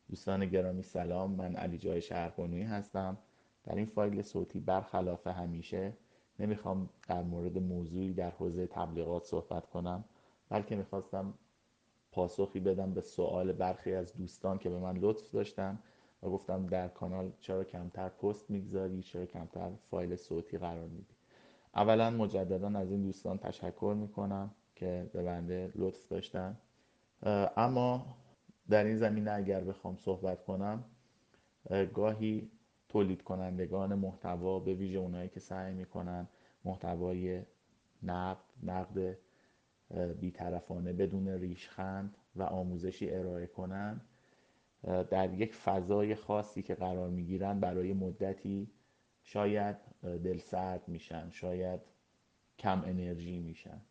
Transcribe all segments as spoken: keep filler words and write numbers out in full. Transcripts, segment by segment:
دوستان گرامی سلام، من علی جای شهربانویی هستم. در این فایل صوتی برخلاف همیشه نمیخوام در مورد موضوعی در حوزه تبلیغات صحبت کنم، بلکه میخواستم پاسخی بدم به سوال برخی از دوستان که به من لطف داشتن و گفتم در کانال چرا کمتر پست میگذاری، چرا کمتر فایل صوتی قرار میدی. اولا مجددا از این دوستان تشکر میکنم که به بنده لطف داشتن. اما در این زمینه اگر بخوام صحبت کنم، گاهی تولید کنندگان محتوا به ویژه اونایی که سعی میکنن محتوای نقد نقد بیطرفانه بدون ریشخند و آموزشی ارائه کنن، در یک فضای خاصی که قرار میگیرن برای مدتی شاید دلسرد میشن، شاید کم انرژی میشن.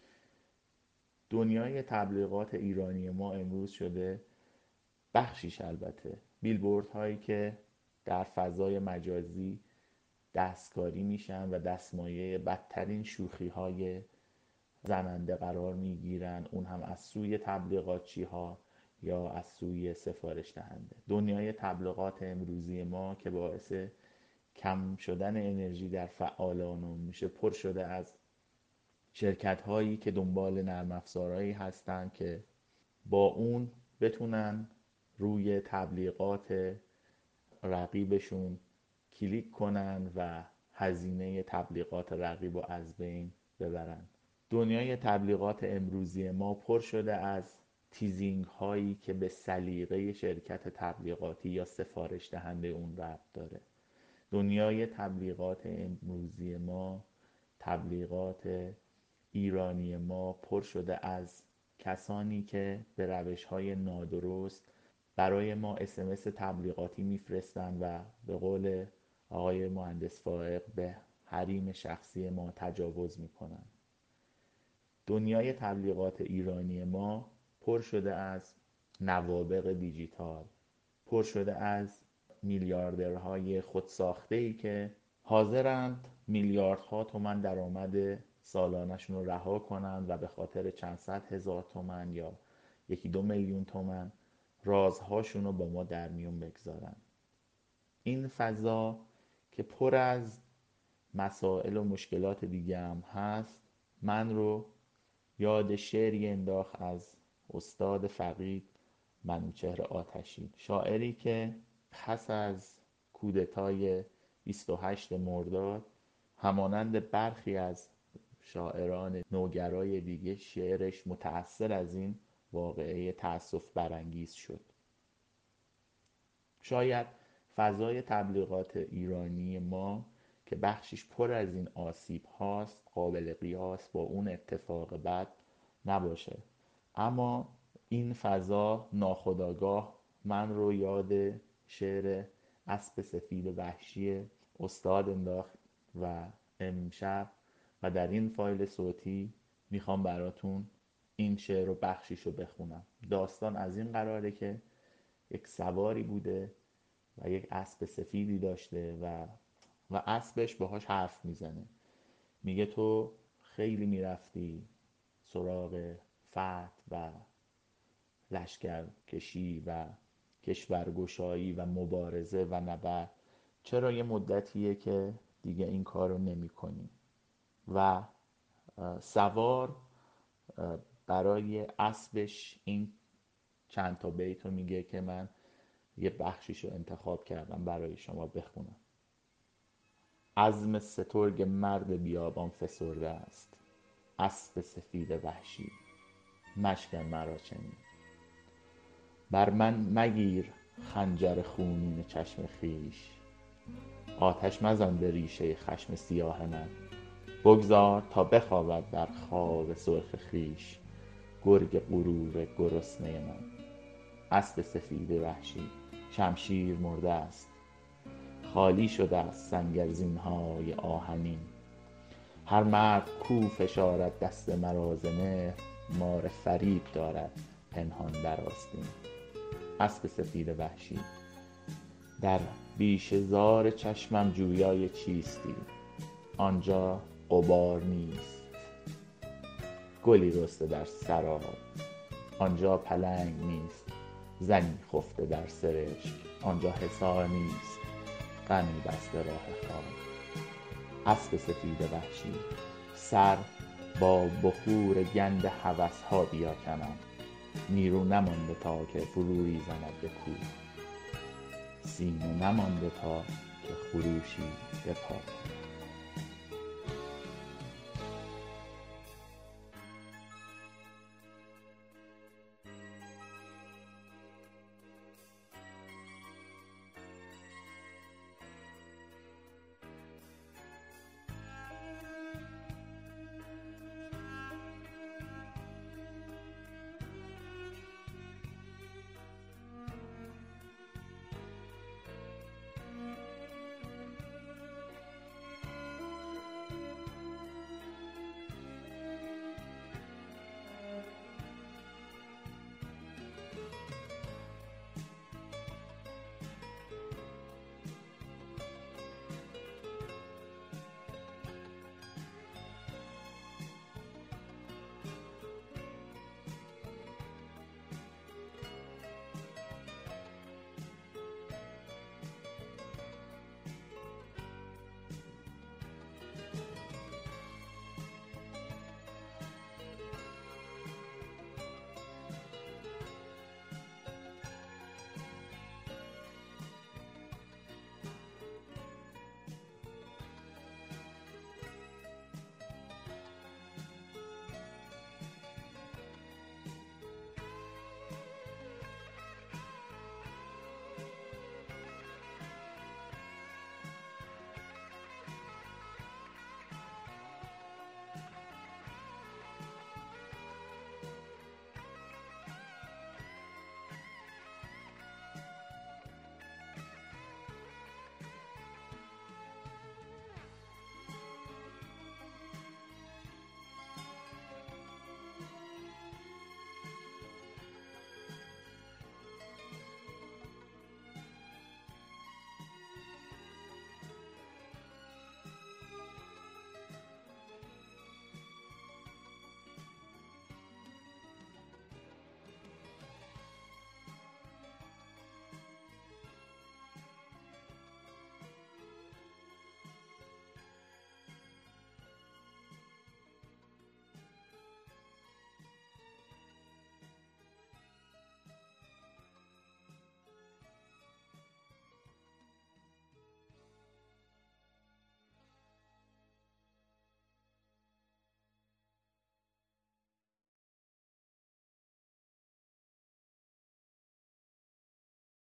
دنیای تبلیغات ایرانی ما امروز شده بخشیش البته بیلبورد هایی که در فضای مجازی دستکاری میشن و دستمایه بدترین شوخی های زننده قرار میگیرن، اون هم از سوی تبلیغاتچی ها یا از سوی سفارش دهنده. دنیای تبلیغات امروزی ما که باعث کم شدن انرژی در فعالانمون میشه، پر شده از شرکت هایی که دنبال نرم افزارهایی هستن که با اون بتونن روی تبلیغات رقیبشون کلیک کنن و هزینه تبلیغات رقیب رو از بین ببرن. دنیای تبلیغات امروزی ما پر شده از تیزینگ هایی که به سلیقه شرکت تبلیغاتی یا سفارش دهنده اون ربط داره. دنیای تبلیغات امروزی ما، تبلیغات ایرانی ما پر شده از کسانی که به روش‌های نادرست برای ما اس ام اس تبلیغاتی میفرستن و به قول آقای مهندس فائق به حریم شخصی ما تجاوز میکنن. دنیای تبلیغات ایرانی ما پر شده از نوابغ دیجیتال، پر شده از میلیاردرهای خودساخته‌ای که حاضرند میلیاردها تومان درآمد سالانشون رو رها کنن و به خاطر چند صد هزار تومان یا یکی دو میلیون تومان رازهاشون رو با ما در میون بگذارن. این فضا که پر از مسائل و مشکلات دیگه هم هست، من رو یاد شعری انداخت از استاد فقید منوچهر آتشی، شاعری که پس از کودتای بیست و هشت مرداد همانند برخی از شاعران نوگرای دیگه شعرش متأثر از این واقعه تأسف برانگیز شد. شاید فضای تبلیغات ایرانی ما که بخشش پر از این آسیب هاست قابل قیاس با اون اتفاق بد نباشه، اما این فضا ناخودآگاه من رو یاد شعر اسب سفید وحشی استاد انداخت و امشب و در این فایل صوتی میخوام براتون این شعر رو بخشیش رو بخونم. داستان از این قراره که یک سواری بوده و یک اسب سفیدی داشته و و اسبش باهاش حرف میزنه، میگه تو خیلی میرفتی سراغ فتح و لشکر کشی و کشورگشایی و مبارزه و نبرد، چرا یه مدتیه که دیگه این کار رو نمی کنی؟ و سوار برای اسبش این چند تا بیت رو میگه که من یه بخشیش رو انتخاب کردم برای شما بخونم. عزم سترگ مرد بیابان فسرده است، اسب سفید وحشی مشکن مرا چنین. بر من مگیر خنجر خونین چشم خیش، آتش مزن به ریشه خشم سیاه من. بگذار تا بخوابد در خواب سرخ خیش، گرگ غرور گرسنه من. اسب سفید وحشی شمشیر مرده است، خالی شده از سنگرزین‌های آهنین. هر مرد کو فشارد دست مرا ز مهر، مار فریب دارد پنهان در آستین. اسب سفید وحشی در بیشه زار چشمم جویای چیستی، آنجا غبار نیست. گلی رسته در سراب، آنجا پلنگ نیست. زنی خفته در سرشک، آنجا حصار نیست، غمی بسته راه خواب. اسب سفید وحشی، سر با بخور گند هوس‌ها بیاکنم، نیرو نمانده تا که فرو ریزمت به کوه، سینه نمانده تا که خروشی بپا.